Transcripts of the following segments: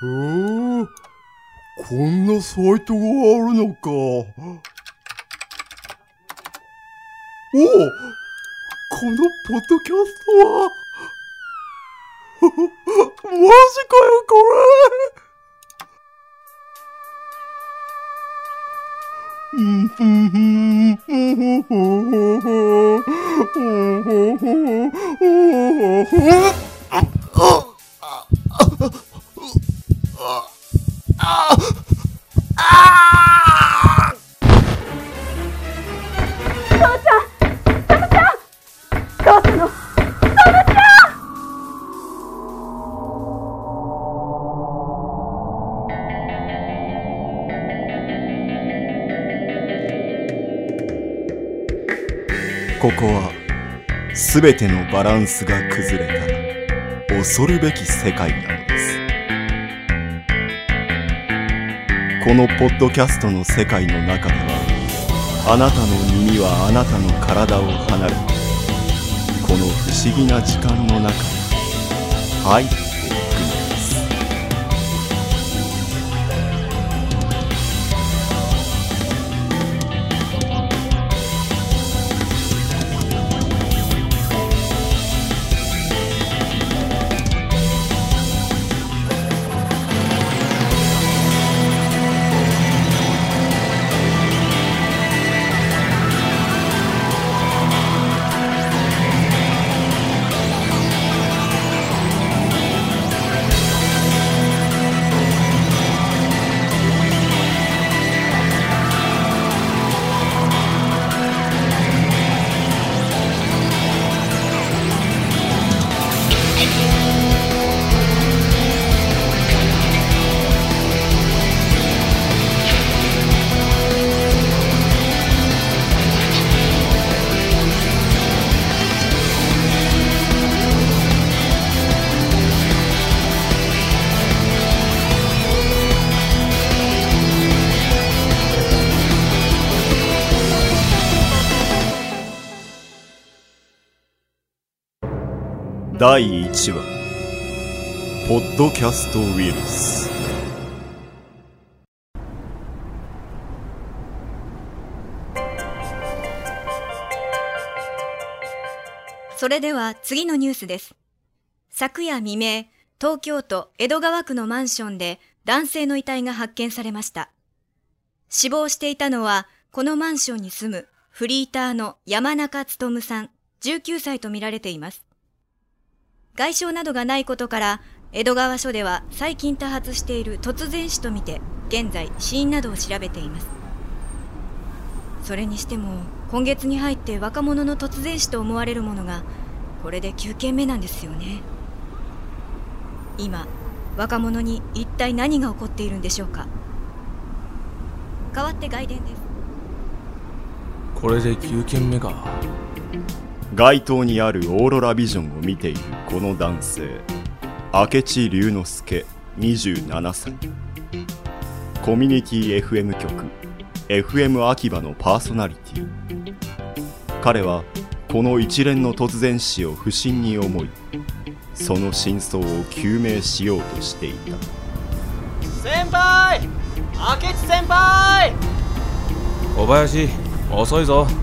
こんなサイトがあるのか。おこのポッドキャストはマジかよこれここはすべてのバランスが崩れた恐るべき世界なのです。このポッドキャストの世界の中では、あなたの耳はあなたの体を離れ、この不思議な時間の中に入っていくのです。第1話ポッドキャストウイルス。 それでは次のニュースです。昨夜未明、東京都江戸川区のマンションで男性の遺体が発見されました。死亡していたのはこのマンションに住むフリーターの山中努さん19歳とみられています。外傷などがないことから江戸川署では最近多発している突然死とみて現在死因などを調べています。それにしても今月に入って若者の突然死と思われるものがこれで9件目なんですよね。今若者に一体何が起こっているんでしょうか。代わって外伝です。 これで9件目か。 街頭にあるオーロラビジョンを見ているこの男性、明智龍之介27歳。コミュニティ FM 局 FM 秋葉のパーソナリティ。彼はこの一連の突然死を不審に思い、その真相を究明しようとしていた。 先輩、明智先輩。 小林、遅いぞ。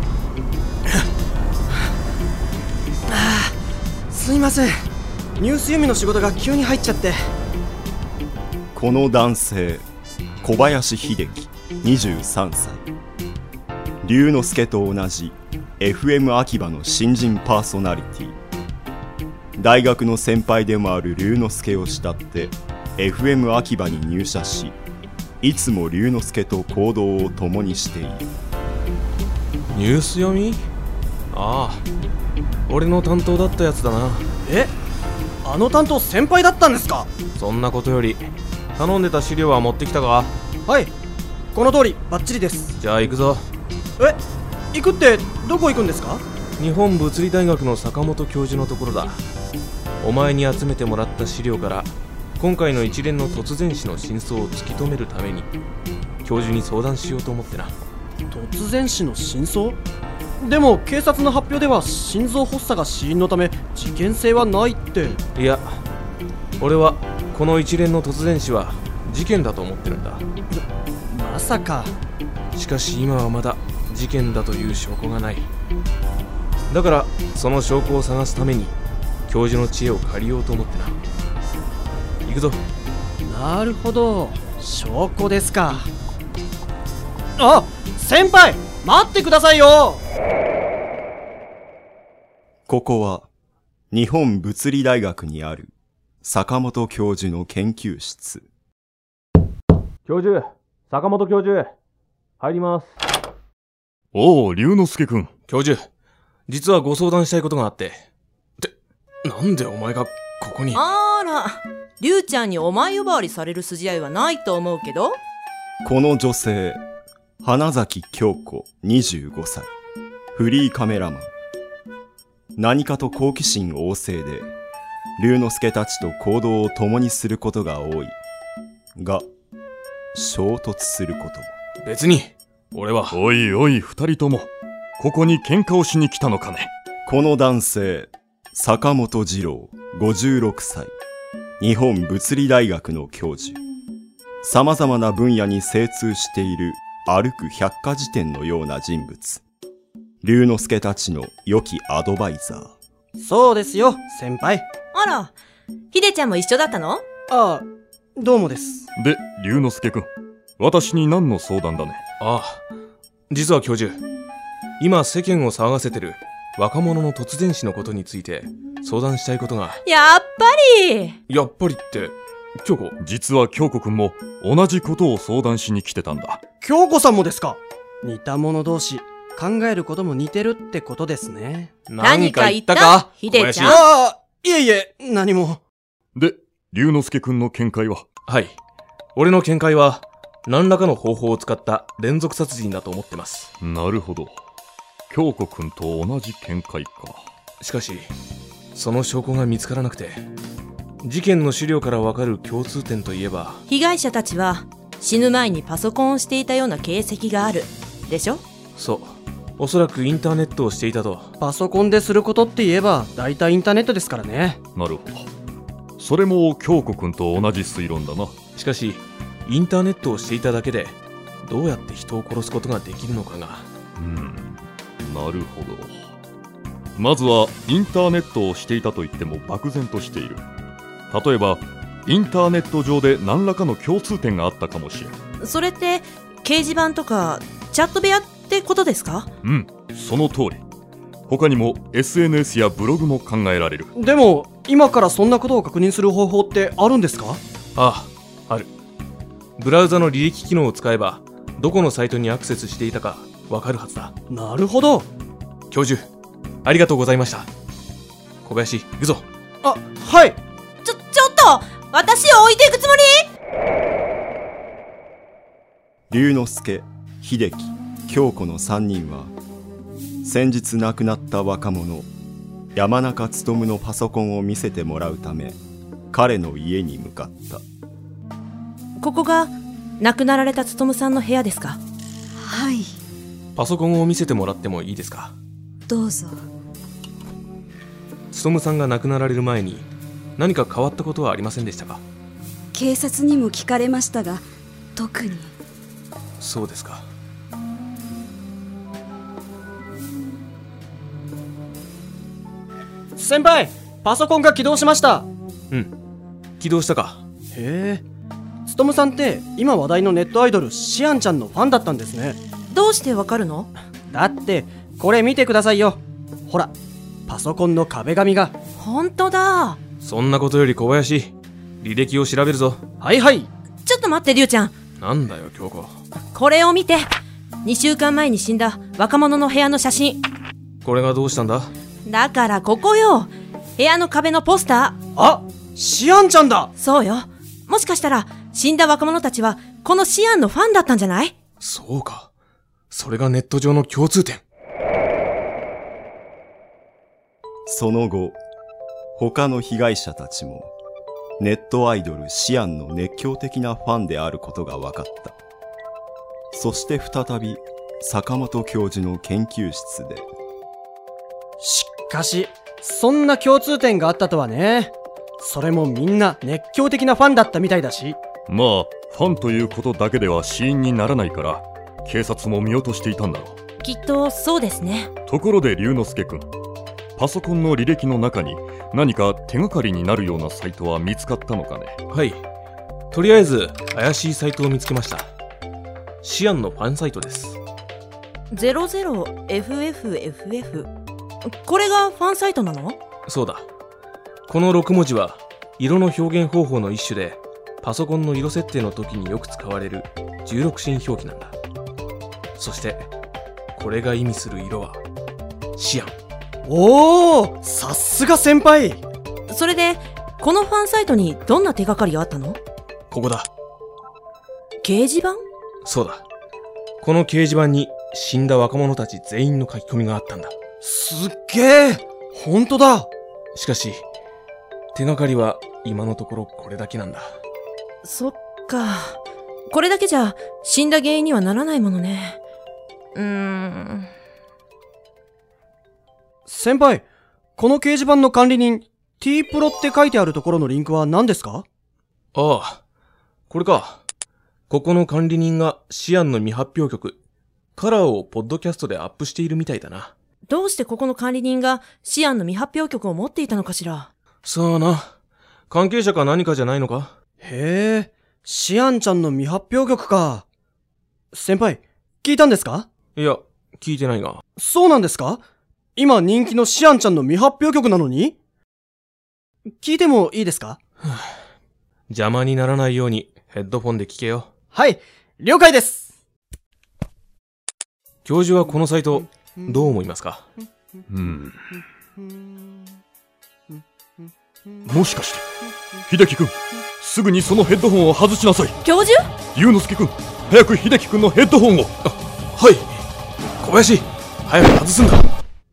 すいません、ニュース読みの仕事が急に入っちゃって。 この男性、小林秀樹23歳。龍之介と同じ FM 秋葉の新人パーソナリティ。大学の先輩でもある龍之介を慕って FM 秋葉に入社し、いつも龍之介と行動を共にしている。 ニュース読み？ああ、俺の担当だったやつだな。 え、あの担当先輩だったんですか？ そんなことより頼んでた資料は持ってきたか？ はい、この通りバッチリです。 じゃあ行くぞ。 え、行くってどこ行くんですか？ 日本物理大学の坂本教授のところだ。お前に集めてもらった資料から今回の一連の突然死の真相を突き止めるために教授に相談しようと思ってな。 突然死の真相？でも警察の発表では心臓発作が死因のため事件性はないって。 いや、俺はこの一連の突然死は事件だと思ってるんだ。 まさか。 しかし今はまだ事件だという証拠がない。だからその証拠を探すために教授の知恵を借りようと思ってな。行くぞ。 なるほど、証拠ですか。あ、先輩待ってくださいよ。 ここは日本物理大学にある坂本教授の研究室。 教授、坂本教授、入ります。 おう、龍之介くん。 教授、実はご相談したいことがあって。なんでお前がここに。 あら、龍ちゃんにお前呼ばわりされる筋合いはないと思うけど。 この女性、花崎京子25歳。フリーカメラマン。何かと好奇心旺盛で、龍之介たちと行動を共にすることが多い。が、衝突することも。 別に、俺は。 おいおい、二人とも、ここに喧嘩をしに来たのかね。 この男性、坂本二郎56歳。日本物理大学の教授。様々な分野に精通している歩く百科事典のような人物。龍之介たちの良きアドバイザー。 そうですよ、先輩。 あら、ひでちゃんも一緒だったの？ ああ、どうもです。 で、龍之介くん、私に何の相談だね。 ああ、実は教授、今世間を騒がせてる若者の突然死のことについて相談したいことが。 やっぱり。 やっぱりって、京子。 実は京子くんも同じことを相談しに来てたんだ。 京子さんもですか？似た者同士、考えることも似てるってことですね。 何か言ったかひでちゃん。 ああ、いえいえ、何も。 で、龍之介くんの見解は？ はい。俺の見解は、何らかの方法を使った連続殺人だと思ってます。 なるほど。京子くんと同じ見解か。 しかし、その証拠が見つからなくて、事件の資料からわかる共通点といえば、 被害者たちは死ぬ前にパソコンをしていたような形跡があるでしょ？ そう。おそらくインターネットをしていたと。 パソコンですることって言えば大体インターネットですからね。 なるほど。それも京子くんと同じ推論だな。 しかし、インターネットをしていただけでどうやって人を殺すことができるのかが。 なるほど。まずはインターネットをしていたと言っても漠然としている。例えばインターネット上で何らかの共通点があったかもしれん。 それって掲示板とかチャット部屋ってことですか？ その通り。他にも SNS やブログも考えられる。 でも今からそんなことを確認する方法ってあるんですか？ ああ、ある。ブラウザの履歴機能を使えばどこのサイトにアクセスしていたかわかるはずだ。 なるほど。 教授、ありがとうございました。小林、行くぞ。 あ、はい。 ちょっと私を置いていくつもり？ 龍之介、秀樹、京子の3人は先日亡くなった若者山中努のパソコンを見せてもらうため彼の家に向かった。 ここが亡くなられた努さんの部屋ですか？ はい、 パソコンを見せてもらってもいいですか？ どうぞ。 努さんが亡くなられる前に何か変わったことはありませんでしたか？ 警察にも聞かれましたが、特に。 そうですか。 先輩、パソコンが起動しました。 起動したか。 へえ、努さんって今話題のネットアイドルシアンちゃんのファンだったんですね。 どうしてわかるの？ だってこれ見てくださいよ。ほら、パソコンの壁紙が。 本当だ。 そんなことより小林、履歴を調べるぞ。 はいはい。 ちょっと待って、龍ちゃん。 なんだよ京子。 これを見て。2週間前に死んだ若者の部屋の写真。 これがどうしたんだ？ だからここよ。部屋の壁のポスター。 あ、シアンちゃんだ。 そうよ。もしかしたら死んだ若者たちはこのシアンのファンだったんじゃない？ そうか。それがネット上の共通点。 その後、他の被害者たちもネットアイドルシアンの熱狂的なファンであることが分かった。そして再び坂本教授の研究室で。 しかしそんな共通点があったとはね。 それもみんな熱狂的なファンだったみたいだし。 まあファンということだけでは死因にならないから警察も見落としていたんだろう。 きっとそうですね。 ところで龍之介くん、パソコンの履歴の中に何か手がかりになるようなサイトは見つかったのかね。 はい、とりあえず怪しいサイトを見つけました。シアンのファンサイトです。 00FFFF、 これがファンサイトなの？ そうだ、この6文字は色の表現方法の一種で、パソコンの色設定の時によく使われる16進表記なんだ。そしてこれが意味する色はシアン。 おー、さすが先輩。 それでこのファンサイトにどんな手がかりがあったの？ ここだ。 掲示板？ そうだ、この掲示板に死んだ若者たち全員の書き込みがあったんだ。 すっげー、ほんとだ。 しかし手がかりは今のところこれだけなんだ。 そっか、これだけじゃ死んだ原因にはならないものね。 先輩、この掲示板の管理人 T プロって書いてあるところのリンクは何ですか？ ああ、これか。ここの管理人がシアンの未発表曲カラーをポッドキャストでアップしているみたいだな。 どうしてここの管理人がシアンの未発表曲を持っていたのかしら。 さあな、関係者か何かじゃないのか。 へえ、シアンちゃんの未発表曲か。先輩、聞いたんですか？ いや、聞いてないが。 そうなんですか？今人気のシアンちゃんの未発表曲なのに？聞いてもいいですか？ 邪魔にならないようにヘッドフォンで聞けよ。 はい、了解です。 教授はこのサイトどう思いますか？ もしかして秀樹くん、すぐにそのヘッドホンを外しなさい。 教授？ 龍之介くん、早く秀樹くんのヘッドホンを。 はい、小林、早く外すんだ。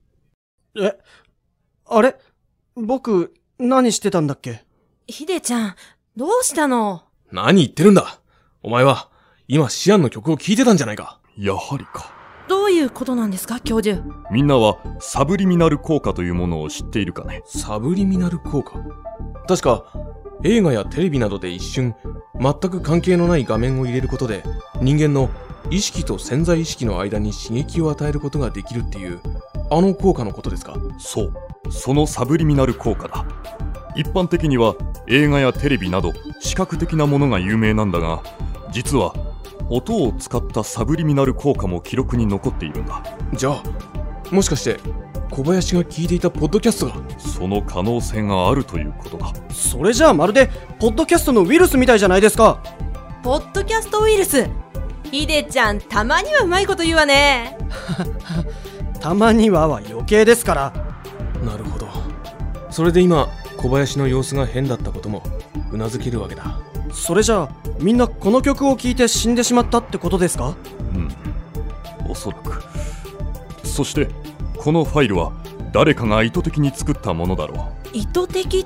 あれ？僕、何してたんだっけ？ ヒデちゃん、どうしたの？ 何言ってるんだ。お前は今シアンの曲を聴いてたんじゃないか。 やはりか。 どういうことなんですか、教授？ みんなはサブリミナル効果というものを知っているかね？ サブリミナル効果？確か映画やテレビなどで一瞬全く関係のない画面を入れることで人間の意識と潜在意識の間に刺激を与えることができるっていうあの効果のことですか？ そう、そのサブリミナル効果だ。一般的には映画やテレビなど視覚的なものが有名なんだが、実は音を使ったサブリミナル効果も記録に残っているんだ。 じゃあもしかして小林が聞いていたポッドキャストが？ その可能性があるということだ。 それじゃあまるでポッドキャストのウイルスみたいじゃないですか。 ポッドキャストウイルス？ヒデちゃん、たまにはうまいこと言うわね。 たまには余計ですから。 なるほど。それで今小林の様子が変だったこともうなずけるわけだ。 それじゃあみんなこの曲を聴いて死んでしまったってことですか？ おそらく。そしてこのファイルは誰かが意図的に作ったものだろう。意図的って、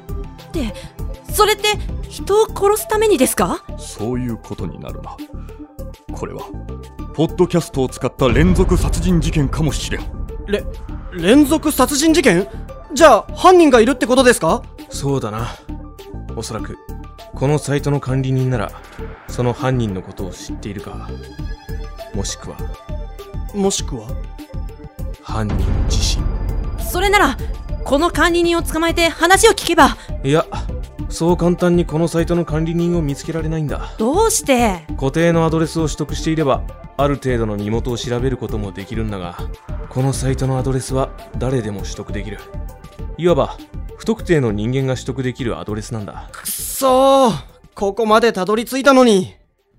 それって人を殺すためにですか？ そういうことになるな。これはポッドキャストを使った連続殺人事件かもしれん。 連続殺人事件？じゃあ犯人がいるってことですか？ そうだな。おそらくこのサイトの管理人ならその犯人のことを知っているか、もしくは犯人自身。 それならこの管理人を捕まえて話を聞けば。 いや、そう簡単にこのサイトの管理人を見つけられないんだ。 どうして？ 固定のアドレスを取得していればある程度の身元を調べることもできるんだが、このサイトのアドレスは誰でも取得できる。いわば不特定の人間が取得できるアドレスなんだ。 くっそー、ここまでたどり着いたのに。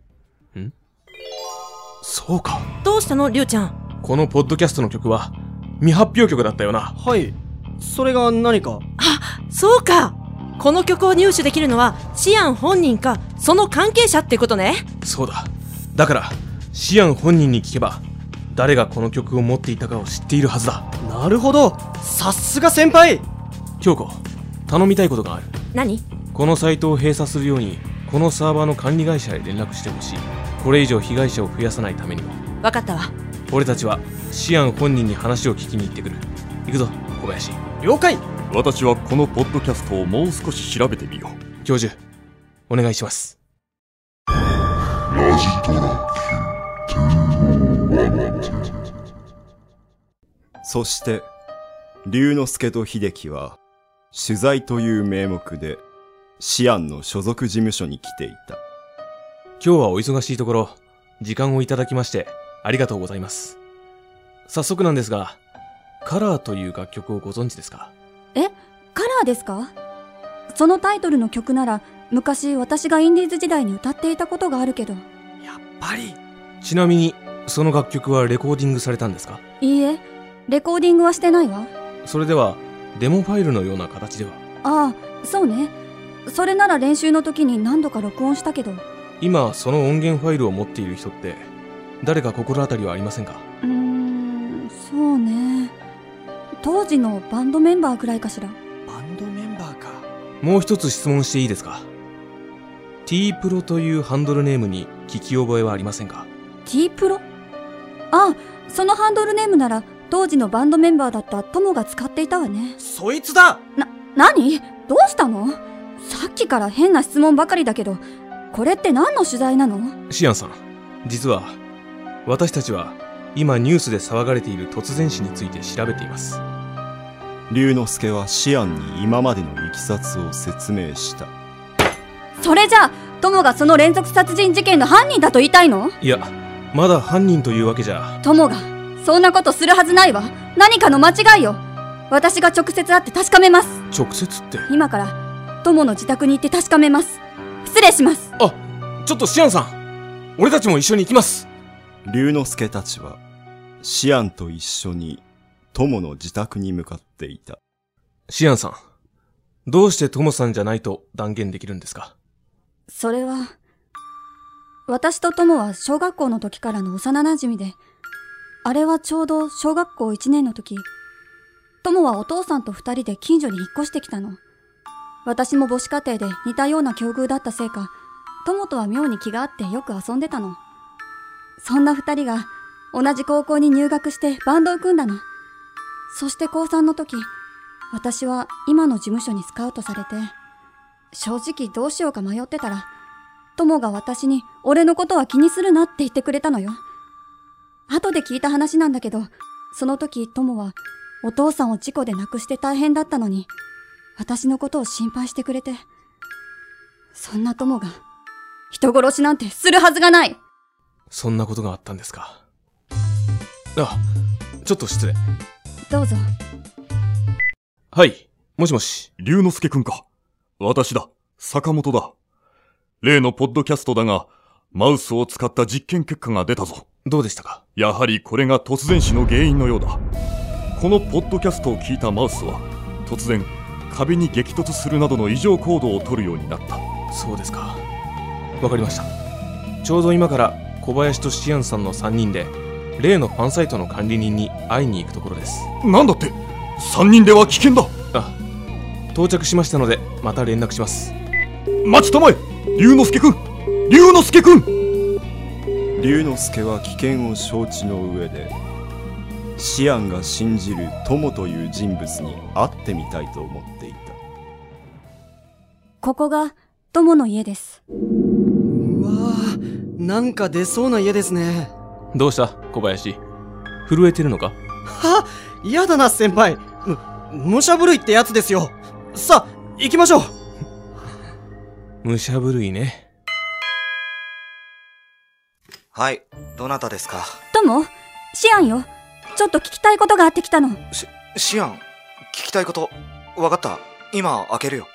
そうか。 どうしたの、リュウちゃん？ このポッドキャストの曲は未発表曲だったよな。 はい、それが何か？ あ、そうか。この曲を入手できるのはシアン本人かその関係者ってことね。 そうだ。だからシアン本人に聞けば誰がこの曲を持っていたかを知っているはずだ。 なるほど、さすが先輩。 京子、頼みたいことがある。 何？ このサイトを閉鎖するようにこのサーバーの管理会社へ連絡してほしい。これ以上被害者を増やさないためにも。 分かったわ。 俺たちはシアン本人に話を聞きに行ってくる。行くぞ小林。 了解。 私はこのポッドキャストをもう少し調べてみよう。 教授、お願いします。 ラジトラそして龍之介と秀樹は取材という名目でシアンの所属事務所に来ていた。 今日はお忙しいところ時間をいただきましてありがとうございます。早速なんですが、カラーという楽曲をご存知ですか？ カラーですか？そのタイトルの曲なら昔私がインディーズ時代に歌っていたことがあるけど。 やっぱり。 ちなみにその楽曲はレコーディングされたんですか？ いいえ、レコーディングはしてないわ。 それではデモファイルのような形では？ ああ、そうね。それなら練習の時に何度か録音したけど。 今その音源ファイルを持っている人って誰か心当たりはありませんか？ そうね。当時のバンドメンバーくらいかしら。 バンドメンバーか。 もう一つ質問していいですか？ T プロというハンドルネームに聞き覚えはありませんか？ T プロ？ああ、そのハンドルネームなら当時のバンドメンバーだったトモが使っていたわね。 そいつだ！ 何？どうしたの？さっきから変な質問ばかりだけど、これって何の取材なの？ シアンさん、実は私たちは今ニュースで騒がれている突然死について調べています。 龍之介はシアンに今までのいきさつを説明した。 それじゃあトモがその連続殺人事件の犯人だと言いたいの？ いや、まだ犯人というわけじゃ。 トモがそんなことするはずないわ。何かの間違いよ。私が直接会って確かめます。 直接って？ 今からトモの自宅に行って確かめます。失礼します。 あ、ちょっとシアンさん、俺たちも一緒に行きます。 龍之介たちはシアンと一緒にトモの自宅に向かっていた。 シアンさん、どうしてトモさんじゃないと断言できるんですか？ それは、私とトモは小学校の時からの幼馴染で、あれはちょうど小学校1年の時、トモはお父さんと2人で近所に引っ越してきたの。私も母子家庭で似たような境遇だったせいか、トモとは妙に気があってよく遊んでたの。そんな2人が同じ高校に入学してバンドを組んだの。そして高3の時、私は今の事務所にスカウトされて、正直どうしようか迷ってたら、トモが私に俺のことは気にするなって言ってくれたのよ。後で聞いた話なんだけど、その時トモはお父さんを事故で亡くして大変だったのに、私のことを心配してくれて、そんなトモが人殺しなんてするはずがない。 そんなことがあったんですか。あ、ちょっと失礼。 どうぞ。 はい、もしもし。 龍之介くんか。私だ、坂本だ。例のポッドキャストだが、マウスを使った実験結果が出たぞ。 どうでしたか？ やはりこれが突然死の原因のようだ。このポッドキャストを聞いたマウスは突然壁に激突するなどの異常行動を取るようになった。 そうですか。わかりました。ちょうど今から小林とシアンさんの3人で例のファンサイトの管理人に会いに行くところです。 なんだって3人では危険だ。 あ、到着しましたのでまた連絡します。 待ちたまえ、龍之介くん。龍之介くん。 龍之介は危険を承知の上でシアンが信じるトモという人物に会ってみたいと思っていた。 ここがトモの家です。 うわぁ、なんか出そうな家ですね。 どうした小林、震えてるのか？ は、嫌だな先輩。武者震いってやつですよ。さあ行きましょう。 武者震いね。 はい、どなたですか？ トモ、シアンよ。ちょっと聞きたいことがあってきたの。 シアン、聞きたいこと、わかった。今開けるよ。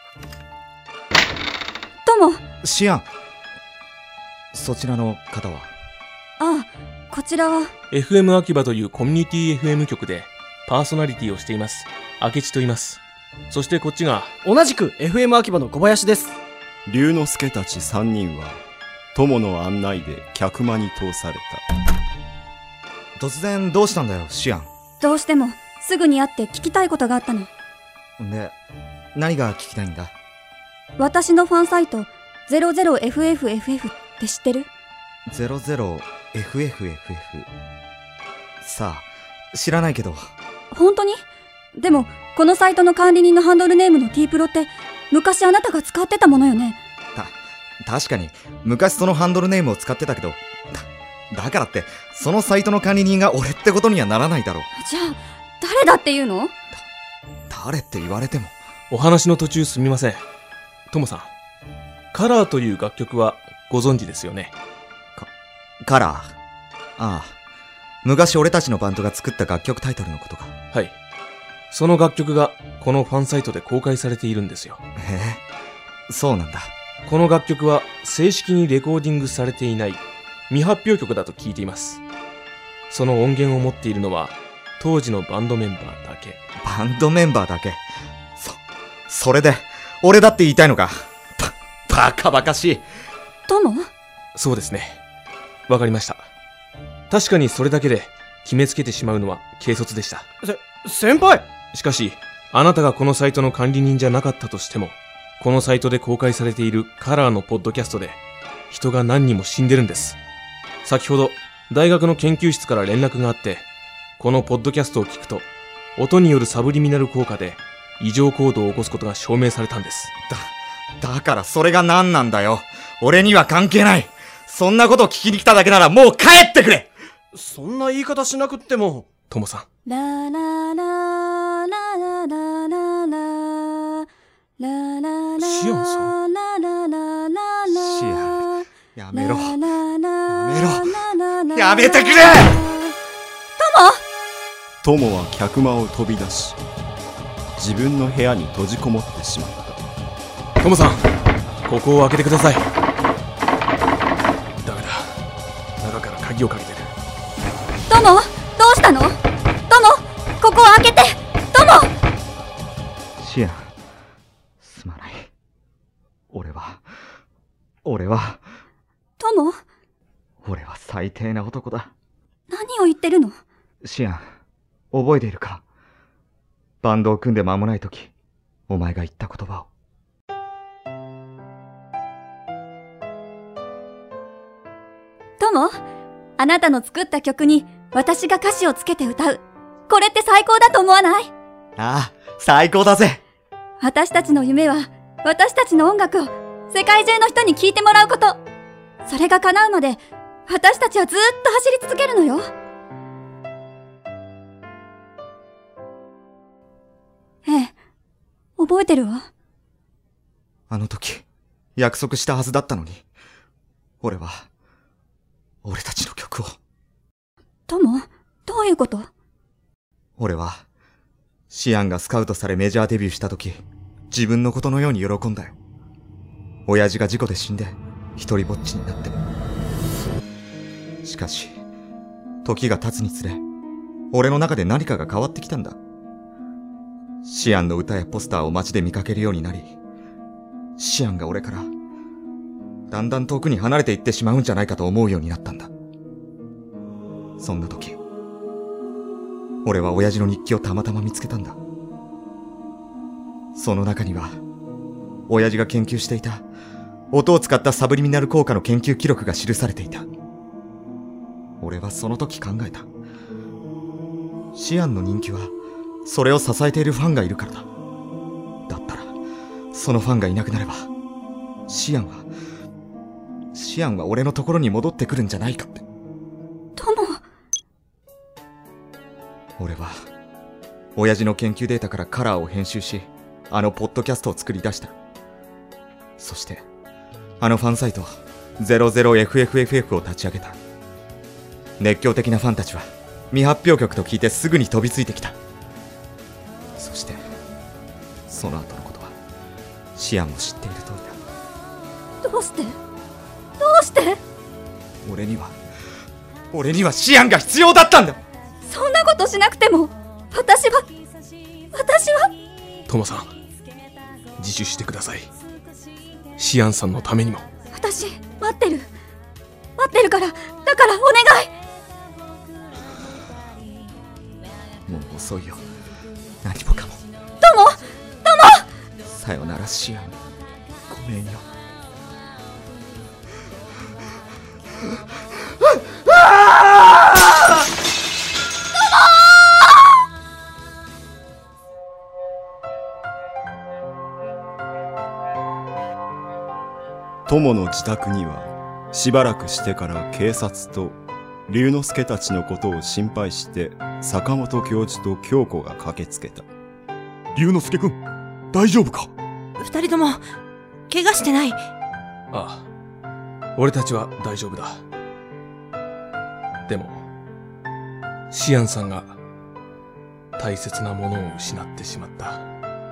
トモ。 シアン、そちらの方は？ ああ、こちらは FM 秋葉というコミュニティ FM 局でパーソナリティをしています明智と言います。そしてこっちが同じく FM 秋葉の小林です。 龍之介たち3人は友の案内で客間に通された。突然どうしたんだよシアン。 どうしてもすぐに会って聞きたいことがあったの。 で、何が聞きたいんだ？ 私のファンサイト 00FFFF って知ってる？ 00FFFF。 さあ、知らないけど。 本当に？でもこのサイトの管理人のハンドルネームの T プロって昔あなたが使ってたものよね。 確かに昔そのハンドルネームを使ってたけど、だからってそのサイトの管理人が俺ってことにはならないだろう。 じゃあ誰だっていうの？ 誰って言われても。 お話の途中すみません。トモさん、カラーという楽曲はご存知ですよね？ カラー。ああ、昔俺たちのバンドが作った楽曲タイトルのことか。 はい。その楽曲がこのファンサイトで公開されているんですよ。 へえ、そうなんだ。 この楽曲は正式にレコーディングされていない未発表曲だと聞いています。その音源を持っているのは当時のバンドメンバーだけ。 バンドメンバーだけ。それで俺だって言いたいのか。バカバカしい。 トモ？ そうですね。わかりました。確かにそれだけで決めつけてしまうのは軽率でした。 先輩！ しかしあなたがこのサイトの管理人じゃなかったとしても、このサイトで公開されているカラーのポッドキャストで人が何人も死んでるんです。先ほど大学の研究室から連絡があって、このポッドキャストを聞くと音によるサブリミナル効果で異常行動を起こすことが証明されたんです。 だからそれが何なんだよ。俺には関係ない。そんなこと聞きに来ただけならもう帰ってくれ。 そんな言い方しなくっても。 トモさん。 ラララララララララシアンさん。 シアン、やめろ。やめろ。 やめてくれ。 トモは客間を飛び出し、自分の部屋に閉じこもってしまった。 トモさん、ここを開けてください。ダメだ、中から鍵をかけてる。 トモ、どうしたの？トモ、ここを開けて。トモ。 シアン、すまない。俺はトモ？ 俺は最低な男だ。 何を言ってるの？ シアン、覚えているか？バンドを組んで間もない時、お前が言った言葉を。 トモ、あなたの作った曲に私が歌詞をつけて歌う。これって最高だと思わない？ ああ、最高だぜ。 私たちの夢は、私たちの音楽を世界中の人に聴いてもらうこと。それが叶うまで、私たちはずーっと走り続けるのよ。ええ、覚えてるわ。 あの時、約束したはずだったのに、俺たちの曲を。 トモ、どういうこと？ 俺は、シアンがスカウトされメジャーデビューした時、自分のことのように喜んだよ。親父が事故で死んで、一人ぼっちになって。しかし、時が経つにつれ、俺の中で何かが変わってきたんだ。シアンの歌やポスターを街で見かけるようになり、シアンが俺から、だんだん遠くに離れていってしまうんじゃないかと思うようになったんだ。そんな時、俺は親父の日記をたまたま見つけたんだ。その中には、親父が研究していた、音を使ったサブリミナル効果の研究記録が記されていた。俺はその時考えた。シアンの人気は、それを支えているファンがいるからだ。だったら、そのファンがいなくなれば、シアンは俺のところに戻ってくるんじゃないかって。 トモ。 俺は、親父の研究データからカラーを編集し、あのポッドキャストを作り出した。そして、あのファンサイト、00FFFF を立ち上げた。熱狂的なファンたちは、未発表曲と聞いてすぐに飛びついてきた。そして、その後のことは、シアンも知っている通りだ。 どうして俺にはシアンが必要だったんだ。 そんなことしなくても、私はトモさん、自首してください。シアンさんのためにも。 私、待ってるから、だからお願い。 もう遅いよ。何もかも。 トモさよならシアン。ごめんよ。 友の自宅にはしばらくしてから警察と龍之介たちのことを心配して坂本教授と京子が駆けつけた。 龍之介くん、大丈夫か？ 二人とも怪我してない？ ああ、俺たちは大丈夫だ。でもシアンさんが大切なものを失ってしまった。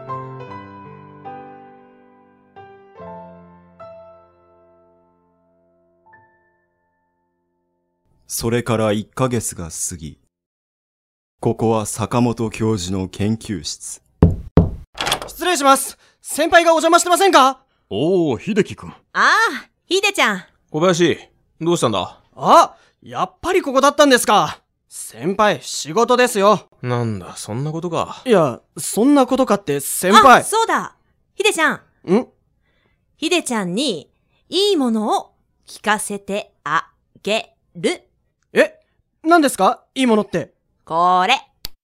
それから1ヶ月が過ぎ、ここは坂本教授の研究室。 失礼します。先輩がお邪魔してませんか？ おー、秀樹くん。 ああ、ひでちゃん。 小林、どうしたんだ？ あ、やっぱりここだったんですか。先輩、仕事ですよ。 なんだ、そんなことか。 いや、そんなことかって先輩。 あ、そうだ。ひでちゃん。ひでちゃんに、いいものを聞かせてあげる。 え、何ですか？いいものって。 これ。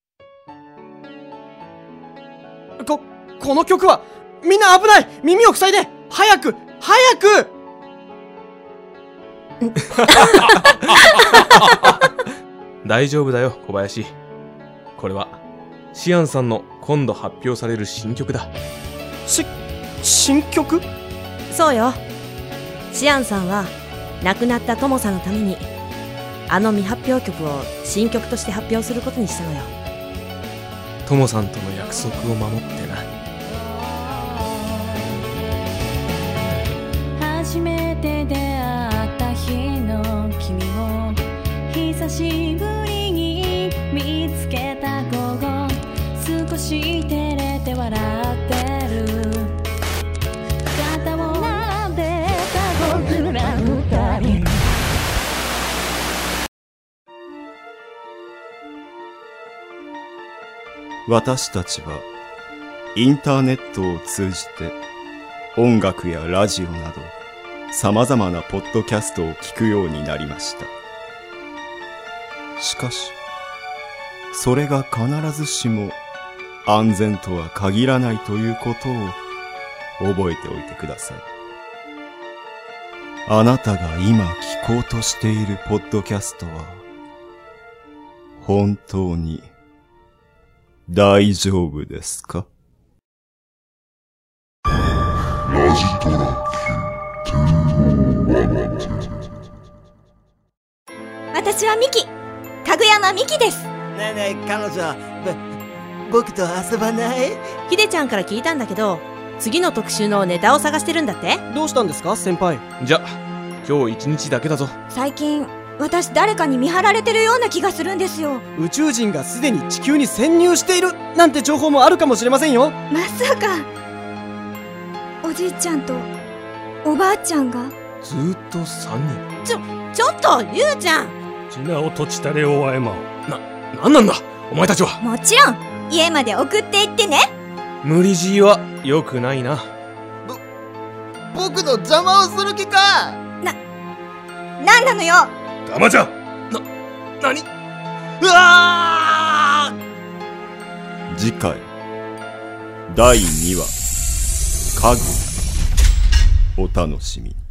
この曲は、みんな危ない！耳を塞いで！早く！早く！ 大丈夫だよ、小林。これはシアンさんの今度発表される新曲だ。 新曲？ そうよ。シアンさんは亡くなったトモさんのためにあの未発表曲を新曲として発表することにしたのよ。 トモさんとの約束を守ってな。 初めて出会った日の君を久しぶりに見つけた午後、少し照れて笑ってる肩を撫でた僕ら二人。 私たちはインターネットを通じて音楽やラジオなど様々なポッドキャストを聞くようになりました。しかし、それが必ずしも安全とは限らないということを覚えておいてください。あなたが今聞こうとしているポッドキャストは本当に大丈夫ですか？ ラジトラ私はミキ、かぐやまミキです。 ねえねえ、彼女、僕と遊ばない？ ひでちゃんから聞いたんだけど、次の特集のネタを探してるんだって。 どうしたんですか、先輩？ じゃ、今日一日だけだぞ。 最近私誰かに見張られてるような気がするんですよ。 宇宙人がすでに地球に潜入しているなんて情報もあるかもしれませんよ。 まさかおじいちゃんとおばあちゃんがずーっと3 人。ちょっとゆうちゃん、 ちなおとちたれおあえまなんなんだお前たちは。 もちろん家まで送っていってね。 無理強いは良くないな。 僕の邪魔をする気か？ なんなのよ。 たまちゃん。 何？ うわー！次回第2話、家具。お楽しみ。